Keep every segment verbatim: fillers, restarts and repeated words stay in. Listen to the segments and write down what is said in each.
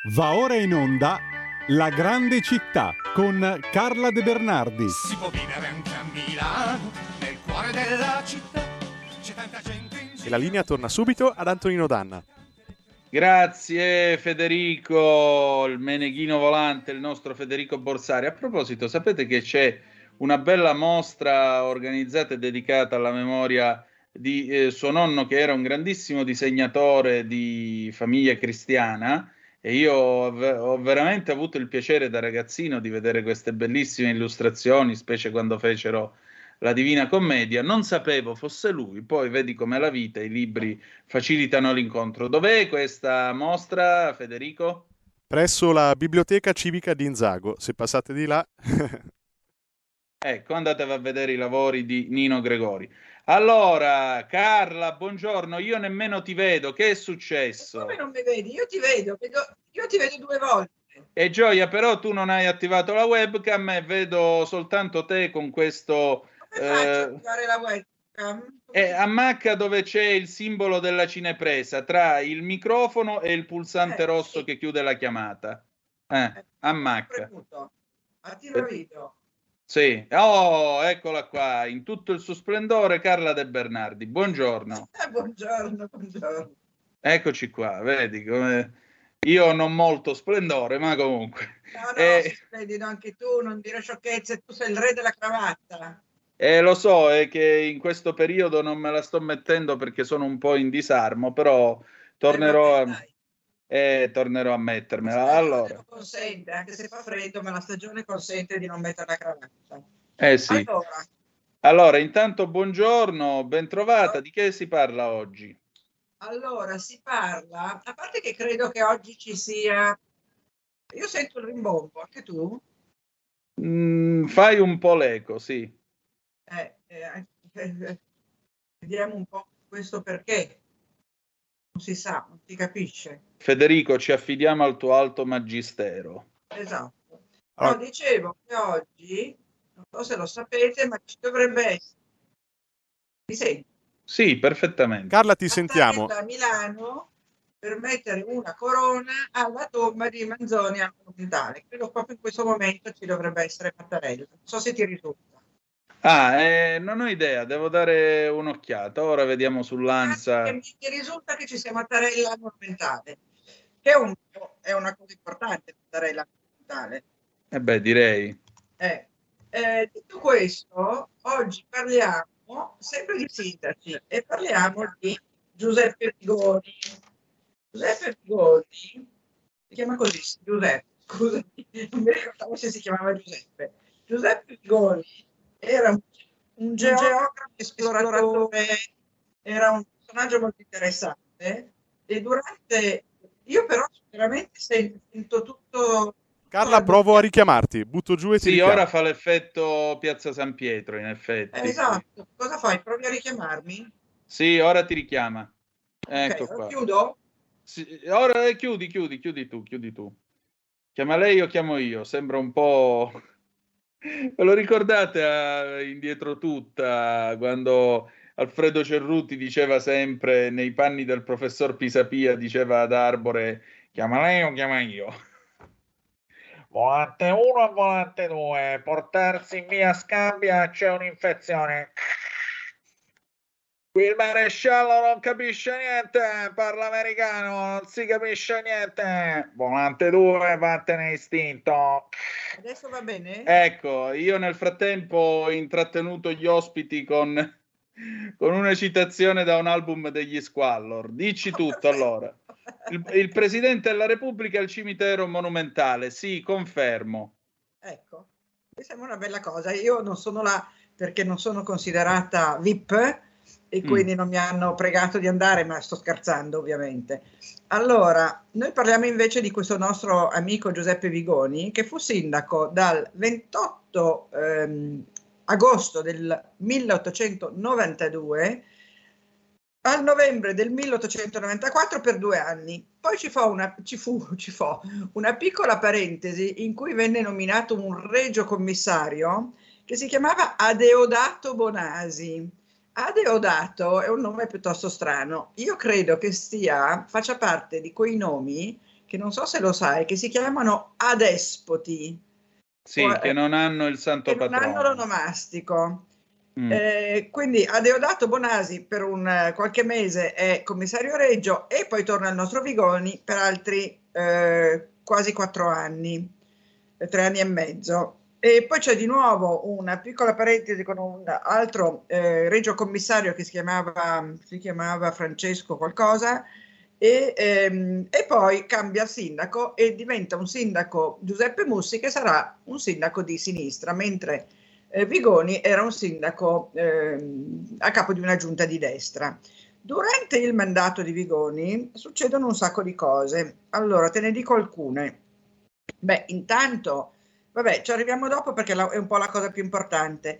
Va ora in onda La grande città con Carla De Bernardi. Si può vivere anche a Milano, nel cuore della città. C'è tanta gente in giro. E la linea torna subito ad Antonino Danna. Grazie Federico, il meneghino volante, il nostro Federico Borsari. A proposito, sapete che c'è una bella mostra organizzata e dedicata alla memoria di eh, suo nonno, che era un grandissimo disegnatore di famiglia cristiana, e io ho, ho veramente avuto il piacere da ragazzino di vedere queste bellissime illustrazioni, specie quando fecero la Divina Commedia. Non sapevo fosse lui, poi vedi com'è la vita, i libri facilitano l'incontro. Dov'è questa mostra, Federico? Presso la Biblioteca Civica di Inzago, se passate di là. Ecco, andatevi a vedere i lavori di Nino Gregori. Allora, Carla, buongiorno, io nemmeno ti vedo, che è successo? Come non mi vedi? Io ti vedo, vedo io ti vedo due volte. E Gioia, però tu non hai attivato la webcam e vedo soltanto te con questo... Come faccio a eh, attivare la webcam? eh, ammacca dove c'è il simbolo della cinepresa, tra il microfono e il pulsante Eh, rosso sì. che chiude la chiamata. Eh, ammacca. Premuto. Attiva Eh. video. Sì, oh, eccola qua, in tutto il suo splendore, Carla De Bernardi. Buongiorno. Eh, buongiorno, buongiorno. Eccoci qua, vedi come io ho non molto splendore, ma comunque. No, no, Eh, splendido anche tu, non dire sciocchezze, tu sei il re della cravatta. eh, lo so, è che in questo periodo non me la sto mettendo perché sono un po' in disarmo, però tornerò Eh, a, vabbè, dai. eh, tornerò a mettermela. La stagione Allora, lo consente, anche se fa freddo, ma la stagione consente di non mettere la cravatta. eh sì. Allora, Allora, intanto buongiorno, bentrovata. Di che si parla oggi? allora si parla, a parte che credo che oggi ci sia, io sento il rimbombo, anche tu? Mm, fai un po' l'eco, sì. Eh, eh, eh, vediamo un po' questo perché non si sa, non si capisce. Federico, ci affidiamo al tuo alto magistero. Esatto. Allora- No, dicevo che oggi, non so se lo sapete, ma ci dovrebbe essere. Mi senti? Sì, perfettamente. Carla, ti Mattarella sentiamo. a Milano per mettere una corona alla tomba di Manzoni al Monumentale. Credo proprio in questo momento ci dovrebbe essere Mattarella. Non so se ti risulta. Ah, eh, non ho idea, devo dare un'occhiata. Ora vediamo sull'Ansa. Mi, mi risulta che ci sia Mattarella al Monumentale, che è, un, è una cosa importante, Mattarella al Monumentale. Eh beh, direi. Eh, eh, detto questo, oggi parliamo sempre di sindaci e parliamo di Giuseppe Vigoni. Giuseppe Vigoni si chiama così, Giuseppe, scusami, non mi ricordavo se si chiamava Giuseppe. Giuseppe Vigoni era un, un geografo esploratore, era un personaggio molto interessante e durante, io però veramente sento, sento tutto. Carla, provo a richiamarti. Butto giù e ti Sì, richiamo. ora fa l'effetto Piazza San Pietro, in effetti. Eh, esatto, cosa fai? Provi a richiamarmi? Sì, ora ti richiama. Ecco Ok, qua. chiudo? Sì, ora eh, chiudi, chiudi, chiudi tu, chiudi tu. Chiama lei o chiamo io? Sembra un po'... Ve lo ricordate a Indietro Tutta, quando Alfredo Cerruti diceva sempre, nei panni del professor Pisapia, diceva ad Arbore, chiama lei o chiama io? Volante uno e volante due, portarsi via Scambia, c'è un'infezione. Qui il maresciallo non capisce niente, parla americano, non si capisce niente. Volante due, vattene istinto. Adesso va bene? Ecco, io nel frattempo ho intrattenuto gli ospiti con, con una citazione da un album degli Squallor. Dici tutto, allora. Il, il Presidente della Repubblica al cimitero monumentale, sì, confermo. Ecco, mi sembra una bella cosa. Io non sono là perché non sono considerata V I P e Mm. quindi non mi hanno pregato di andare, ma sto scherzando ovviamente. Allora, noi parliamo invece di questo nostro amico Giuseppe Vigoni, che fu sindaco dal ventotto ehm, agosto del milleottocentonovantadue al novembre del milleottocentonovantaquattro per due anni. Poi ci, fa una, ci, fu, ci fu una piccola parentesi in cui venne nominato un regio commissario che si chiamava Adeodato Bonasi. Adeodato è un nome piuttosto strano. Io credo che stia, faccia parte di quei nomi che non so se lo sai, che si chiamano adespoti. Sì, o, che non hanno il santo che patrono. non hanno l'onomastico. Mm. Eh, quindi Adeodato Bonasi per un eh, qualche mese è commissario Reggio e poi torna al nostro Vigoni per altri eh, quasi quattro anni, eh, tre anni e mezzo. E poi c'è di nuovo una piccola parentesi con un altro eh, Reggio commissario che si chiamava, si chiamava Francesco qualcosa, e, ehm, e poi cambia sindaco e diventa un sindaco Giuseppe Mussi, che sarà un sindaco di sinistra, mentre eh, Vigoni era un sindaco ehm, a capo di una giunta di destra. Durante il mandato di Vigoni succedono un sacco di cose. Allora, te ne dico alcune. Beh, intanto, vabbè, ci arriviamo dopo perché la, è un po' la cosa più importante.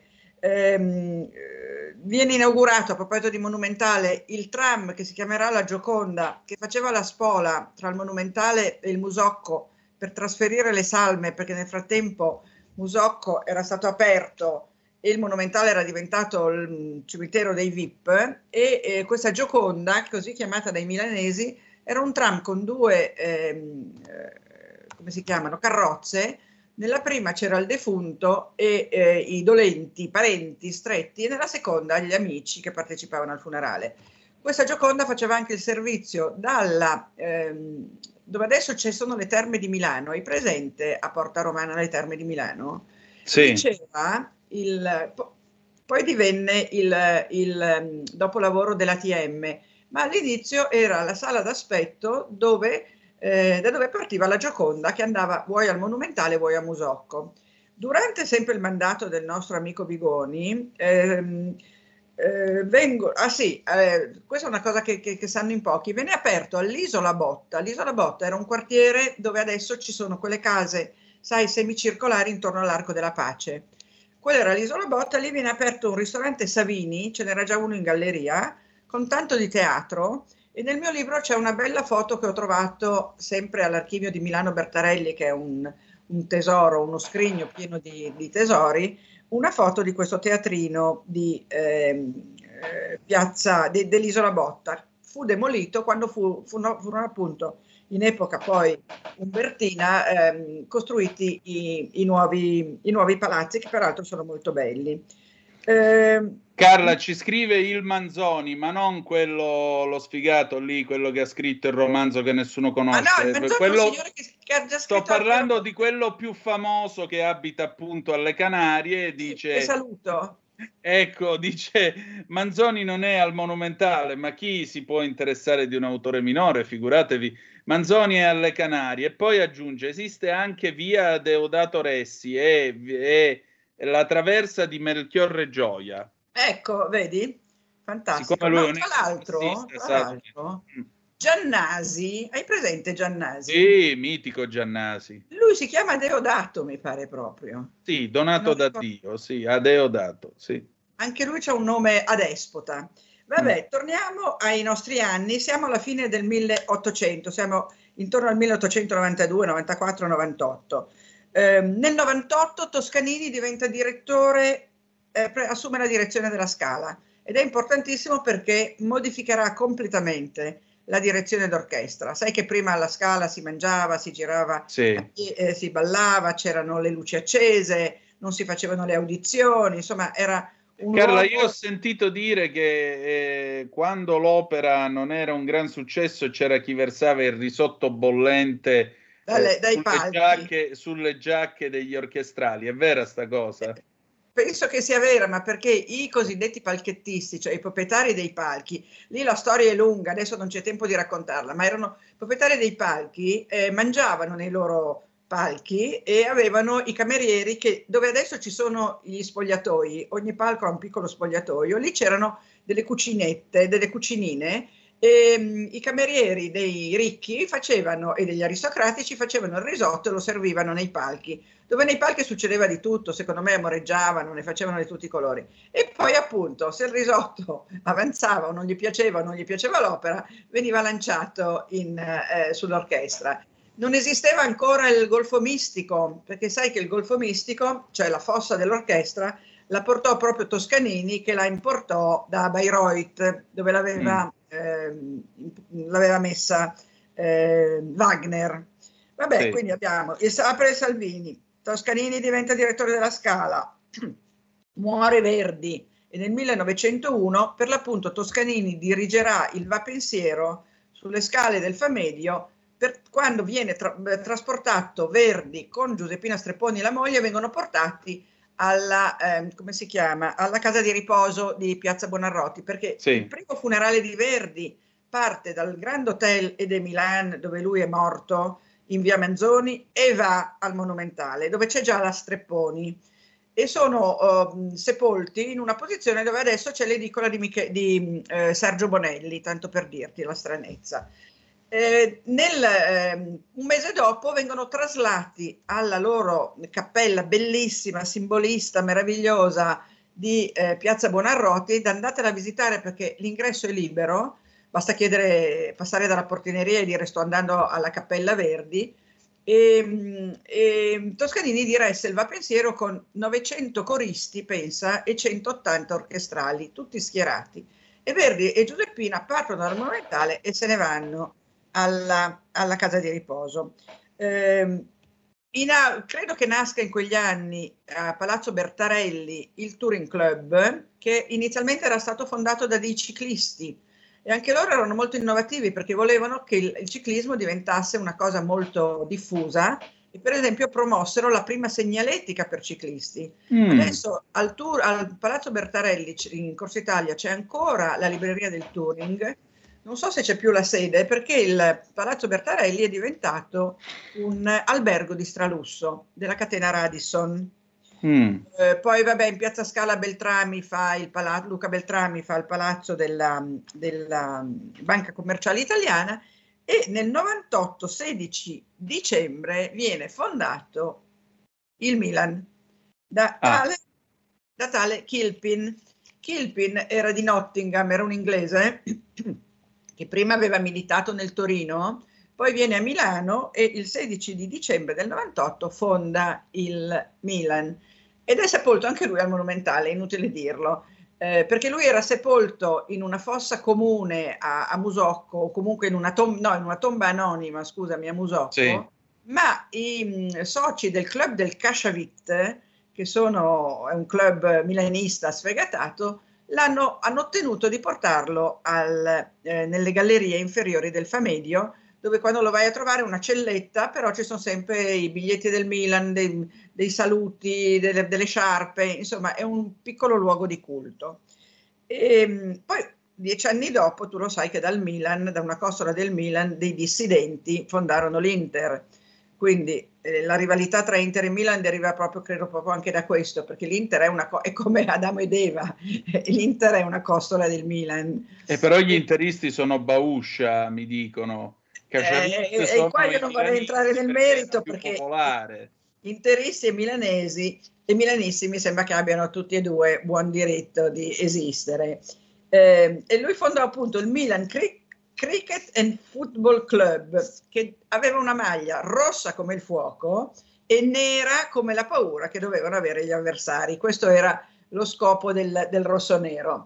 Ehm, eh, viene inaugurato, a proposito di Monumentale, il tram che si chiamerà la Gioconda, che faceva la spola tra il Monumentale e il Musocco per trasferire le salme, perché nel frattempo Musocco era stato aperto e il Monumentale era diventato il cimitero dei V I P, e eh, questa Gioconda, così chiamata dai milanesi, era un tram con due, ehm, eh, come si chiamano, carrozze. Nella prima c'era il defunto e eh, i dolenti, i parenti stretti, e nella seconda gli amici che partecipavano al funerale. Questa Gioconda faceva anche il servizio dalla, ehm, dove adesso ci sono le Terme di Milano. Hai presente a Porta Romana le Terme di Milano? Sì. Diceva il, po- poi divenne il, il dopolavoro dell'A T M, ma all'inizio era la sala d'aspetto dove Eh, da dove partiva la Gioconda, che andava vuoi al Monumentale vuoi a Musocco. Durante sempre il mandato del nostro amico Vigoni, ehm, eh, vengo, ah sì, eh, questa è una cosa che, che, che sanno in pochi, venne aperto all'Isola Botta. L'Isola Botta era un quartiere dove adesso ci sono quelle case, sai, semicircolari intorno all'Arco della Pace. Quella era l'Isola Botta, lì viene aperto un ristorante Savini, ce n'era già uno in galleria, con tanto di teatro. E nel mio libro c'è una bella foto che ho trovato sempre all'archivio di Milano Bertarelli, che è un, un tesoro, uno scrigno pieno di, di tesori, una foto di questo teatrino di eh, eh, piazza de, dell'Isola Botta. Fu demolito quando fu, fu, no, furono appunto in epoca poi umbertina ehm, costruiti i, i, nuovi, i nuovi palazzi, che peraltro sono molto belli. Eh, Carla ci scrive il Manzoni, ma non quello, lo sfigato lì, quello che ha scritto il romanzo che nessuno conosce. Ah no, il Manzoni quello, è un signore che, che ha già sto scritto parlando di quello più famoso che abita appunto alle Canarie e dice... Che saluto. Ecco, dice Manzoni non è al Monumentale, ma chi si può interessare di un autore minore? Figuratevi, Manzoni è alle Canarie. E poi aggiunge, esiste anche via Deodato Ressi e, e la traversa di Melchiorre Gioia. Ecco, vedi? Fantastico. Lui No, tra l'altro, tra l'altro Giannasi, hai presente Giannasi? Sì, mitico Giannasi. Lui si chiama Deodato, mi pare proprio. Sì, donato non da ricordo. Dio, sì, a Deodato, sì. Anche lui c'ha un nome adespota. Vabbè, mm. torniamo ai nostri anni, siamo alla fine del milleottocento, siamo intorno al milleottocentonovantadue, novantaquattro, novantotto. Eh, nel novantotto Toscanini diventa direttore, eh, assume la direzione della Scala, ed è importantissimo perché modificherà completamente la direzione d'orchestra. Sai che prima alla Scala si mangiava, si girava, sì. eh, si ballava, c'erano le luci accese, non si facevano le audizioni, insomma era un Carla, luogo... io ho sentito dire che eh, quando l'opera non era un gran successo c'era chi versava il risotto bollente Dalle, eh, dai sulle, palchi. giacche, sulle giacche degli orchestrali. È vera sta cosa? Penso che sia vera, ma perché i cosiddetti palchettisti, cioè i proprietari dei palchi, lì la storia è lunga, adesso non c'è tempo di raccontarla, ma erano proprietari dei palchi, eh, mangiavano nei loro palchi e avevano i camerieri che, dove adesso ci sono gli spogliatoi, ogni palco ha un piccolo spogliatoio, lì c'erano delle cucinette, delle cucinine, e um, i camerieri dei ricchi facevano, e degli aristocratici facevano il risotto e lo servivano nei palchi, dove nei palchi succedeva di tutto, secondo me amoreggiavano, ne facevano di tutti i colori. E poi appunto, se il risotto avanzava o non gli piaceva o non gli piaceva l'opera, veniva lanciato in, eh, sull'orchestra. Non esisteva ancora il golfo mistico, perché sai che il golfo mistico, cioè la fossa dell'orchestra, la portò proprio Toscanini, che la importò da Bayreuth, dove l'aveva, mm. eh, l'aveva messa eh, Wagner. Vabbè, Sì. quindi abbiamo il apre il Salvini, Toscanini diventa direttore della Scala, muore Verdi e nel millenovecentouno per l'appunto Toscanini dirigerà il Va Pensiero sulle scale del Famedio. Per, quando viene tra, trasportato Verdi con Giuseppina Strepponi e la moglie, vengono portati alla, eh, come si chiama, alla casa di riposo di Piazza Buonarroti, perché Sì. il primo funerale di Verdi parte dal Grand Hotel de Milan, dove lui è morto, in via Manzoni, e va al Monumentale, dove c'è già la Strepponi, e sono uh, sepolti in una posizione dove adesso c'è l'edicola di, Mich- di eh, Sergio Bonelli, tanto per dirti la stranezza. Eh, nel, eh, un mese dopo vengono traslati alla loro cappella bellissima, simbolista, meravigliosa di eh, Piazza Buonarroti. Andatela a visitare perché l'ingresso è libero, basta chiedere, passare dalla portineria e dire sto andando alla Cappella Verdi. E, e Toscanini diresse il Va Pensiero con novecento coristi, pensa, e centottanta orchestrali, tutti schierati. E Verdi e Giuseppina partono dal Monumentale e se ne vanno alla, alla casa di riposo. Eh, in, credo che nasca in quegli anni a Palazzo Bertarelli il Touring Club, che inizialmente era stato fondato da dei ciclisti, e anche loro erano molto innovativi perché volevano che il, il ciclismo diventasse una cosa molto diffusa e per esempio promossero la prima segnaletica per ciclisti. Mm. Adesso al, tour, al Palazzo Bertarelli in Corso Italia c'è ancora la libreria del Touring, non so se c'è più la sede perché il Palazzo Bertarelli è diventato un albergo di stralusso della catena Radisson. Mm. Eh, poi vabbè, in Piazza Scala Beltrami fa il palazzo, Luca Beltrami fa il palazzo della, della Banca Commerciale Italiana e nel novantotto, sedici dicembre, viene fondato il Milan da tale, ah. da tale Kilpin. Kilpin era di Nottingham, era un inglese che prima aveva militato nel Torino, poi viene a Milano e il sedici di dicembre del novantotto fonda il Milan. Ed è sepolto anche lui al Monumentale, inutile dirlo, eh, perché lui era sepolto in una fossa comune a, a Musocco, o comunque in una, tom- no, in una tomba anonima, scusami, a Musocco, sì. Ma i mh, soci del club del Casciavit, che sono è un club milanista sfegatato, l'hanno, hanno ottenuto di portarlo al, eh, nelle gallerie inferiori del Famedio, dove quando lo vai a trovare è una celletta, però ci sono sempre i biglietti del Milan, dei, dei saluti, delle, delle sciarpe, insomma è un piccolo luogo di culto. E poi dieci anni dopo tu lo sai che dal Milan, da una costola del Milan, dei dissidenti fondarono l'Inter, quindi eh, la rivalità tra Inter e Milan deriva proprio, credo proprio anche da questo, perché l'Inter è, una co- è come Adamo ed Eva, l'Inter è una costola del Milan. E però gli interisti sono bauscia, mi dicono. Eh, e qua io non vorrei entrare nel merito perché popolare. Interisti e milanesi e milanisti mi sembra che abbiano tutti e due buon diritto di esistere. Eh, e lui fondò appunto il Milan Cri- Cricket and Football Club, che aveva una maglia rossa come il fuoco e nera come la paura che dovevano avere gli avversari. Questo era lo scopo del, del rosso-nero.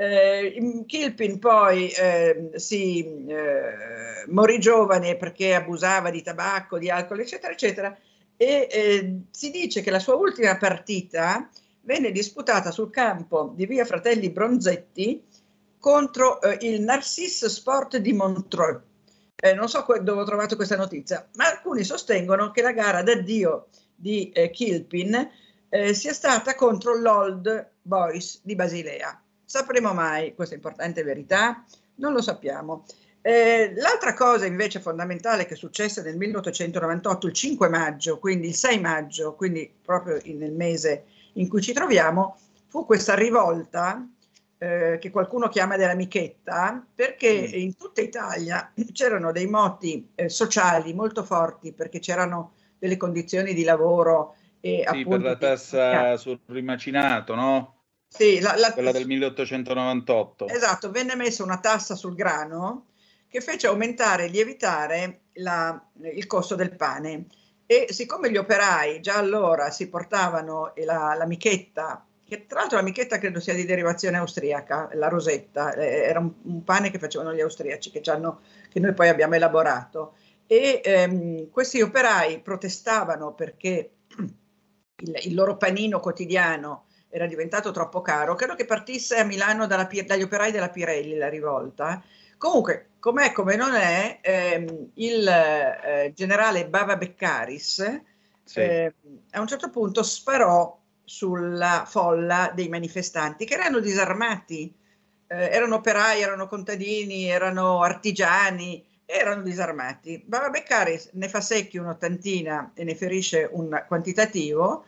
Eh, Kilpin poi eh, si eh, morì giovane perché abusava di tabacco, di alcol, eccetera, eccetera, e eh, si dice che la sua ultima partita venne disputata sul campo di via Fratelli Bronzetti contro eh, il Narcisse Sport di Montreux. Eh, non so que- dove ho trovato questa notizia, ma alcuni sostengono che la gara d'addio di eh, Kilpin eh, sia stata contro l'Old Boys di Basilea. Sapremo mai questa importante verità? Non lo sappiamo. Eh, l'altra cosa invece fondamentale che successe nel milleottocentonovantotto, il cinque maggio, quindi il sei maggio, quindi proprio nel mese in cui ci troviamo, fu questa rivolta eh, che qualcuno chiama della Michetta, perché mm. in tutta Italia c'erano dei moti eh, sociali molto forti, perché c'erano delle condizioni di lavoro e sì, appunto per la tassa di... sul rimacinato, no? Sì, la, la, quella del milleottocentonovantotto. Esatto, venne messa una tassa sul grano che fece aumentare e lievitare la, il costo del pane, e siccome gli operai già allora si portavano la, la michetta, che tra l'altro la michetta credo sia di derivazione austriaca, la rosetta, eh, era un, un pane che facevano gli austriaci che, hanno, che noi poi abbiamo elaborato, e ehm, questi operai protestavano perché il, il loro panino quotidiano era diventato troppo caro. Credo che partisse a Milano dalla, dagli operai della Pirelli la rivolta. Comunque, com'è come non è, ehm, il eh, generale Bava Beccaris Sì. eh, a un certo punto sparò sulla folla dei manifestanti che erano disarmati, eh, erano operai, erano contadini, erano artigiani, erano disarmati. Bava Beccaris ne fa secchi un'ottantina e ne ferisce un quantitativo.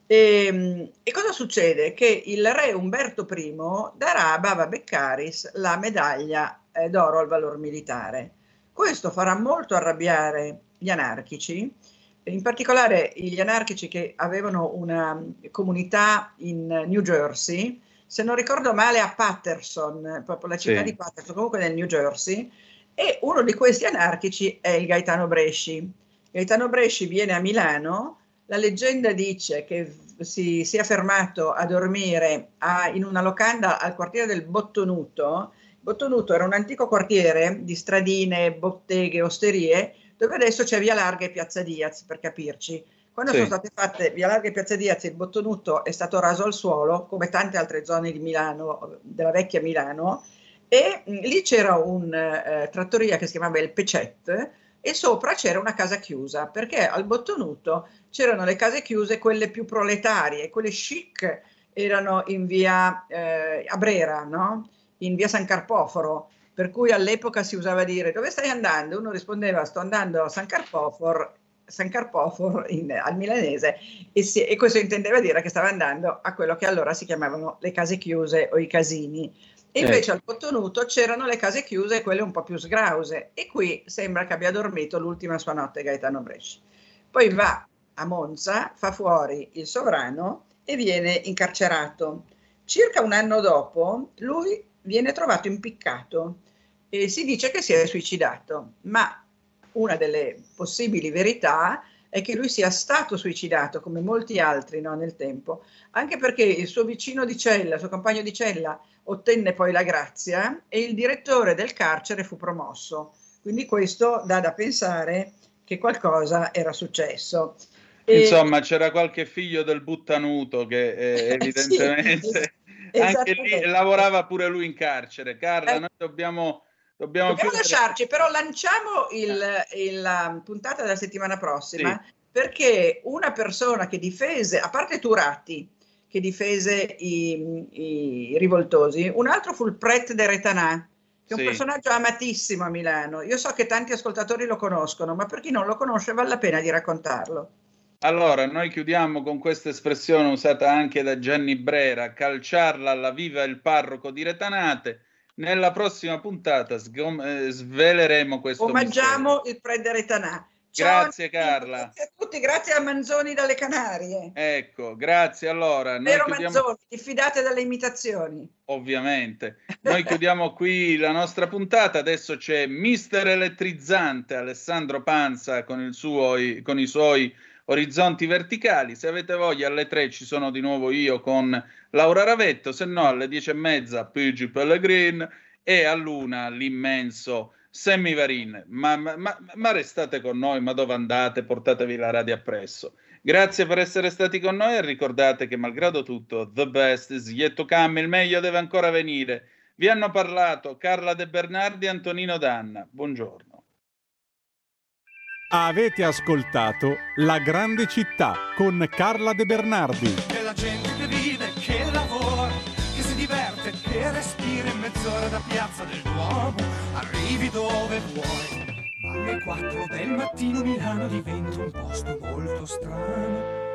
E, e cosa succede? Che il re Umberto primo darà a Bava Beccaris la medaglia eh, d'oro al valor militare. Questo farà molto arrabbiare gli anarchici, in particolare gli anarchici che avevano una comunità in New Jersey, se non ricordo male a Paterson, proprio la città Sì. di Paterson, comunque nel New Jersey, e uno di questi anarchici è il Gaetano Bresci. Gaetano Bresci viene a Milano, la leggenda dice che si sia fermato a dormire a, in una locanda al quartiere del Bottonuto. Bottonuto era un antico quartiere di stradine, botteghe, osterie, dove adesso c'è Via Larga e Piazza Diaz, per capirci. Quando Sì. sono state fatte Via Larga e Piazza Diaz, il Bottonuto è stato raso al suolo, come tante altre zone di Milano, della vecchia Milano, e mh, lì c'era una eh, trattoria che si chiamava Il Pecet, e sopra c'era una casa chiusa, perché al Bottonuto c'erano le case chiuse, quelle più proletarie, quelle chic erano in via eh, Abrera, no? In via San Carpoforo, per cui all'epoca si usava dire dove stai andando? Uno rispondeva sto andando a San Carpoforo, San Carpoforo in, al milanese, e, si, e questo intendeva dire che stava andando a quello che allora si chiamavano le case chiuse o i casini. E invece eh. al Bottonuto c'erano le case chiuse, quelle un po' più sgrause, e qui sembra che abbia dormito l'ultima sua notte Gaetano Bresci. Poi va a Monza, fa fuori il sovrano e viene incarcerato. Circa un anno dopo lui viene trovato impiccato e si dice che si è suicidato, ma una delle possibili verità è che lui sia stato suicidato come molti altri, no, nel tempo, anche perché il suo vicino di cella, il suo compagno di cella ottenne poi la grazia e il direttore del carcere fu promosso, quindi questo dà da pensare che qualcosa era successo. Insomma, e... c'era qualche figlio del buttanuto che eh, evidentemente sì, anche lì lavorava pure lui in carcere. Carla, eh, noi dobbiamo dobbiamo, dobbiamo lasciarci, però lanciamo il, il, la puntata della settimana prossima, sì, perché una persona che difese, a parte Turati che difese i, i rivoltosi, un altro fu il prete de Retanà, che è un sì. personaggio amatissimo a Milano. Io so che tanti ascoltatori lo conoscono, ma per chi non lo conosce vale la pena di raccontarlo. Allora, noi chiudiamo con questa espressione usata anche da Gianni Brera: calciarla alla viva il parroco di Retanate. Nella prossima puntata sgom- eh, sveleremo questo omaggiamo mistero. il prete Retanà. Ciao, grazie Carla. Grazie a tutti, grazie a Manzoni dalle Canarie. Ecco, grazie. Allora, Vero noi chiudiamo... Manzoni, diffidate dalle imitazioni. Ovviamente. Noi chiudiamo qui la nostra puntata. Adesso c'è Mister Elettrizzante Alessandro Panza con, il suo, con i suoi Orizzonti Verticali. Se avete voglia, alle tre ci sono di nuovo io con Laura Ravetto, se no alle dieci e mezza Pigi Pellegrin e all'una l'immenso Sammy Varin. Ma, ma, ma restate con noi, ma dove andate? Portatevi la radio appresso. Grazie per essere stati con noi e ricordate che malgrado tutto, the best is yet to come, il meglio deve ancora venire. Vi hanno parlato Carla De Bernardi e Antonino Danna. Buongiorno. Avete ascoltato La Grande Città con Carla De Bernardi. È la gente che vive, che lavora, che si diverte, che respira in mezz'ora da Piazza del Duomo. Arrivi dove vuoi. Alle quattro del mattino Milano diventa un posto molto strano.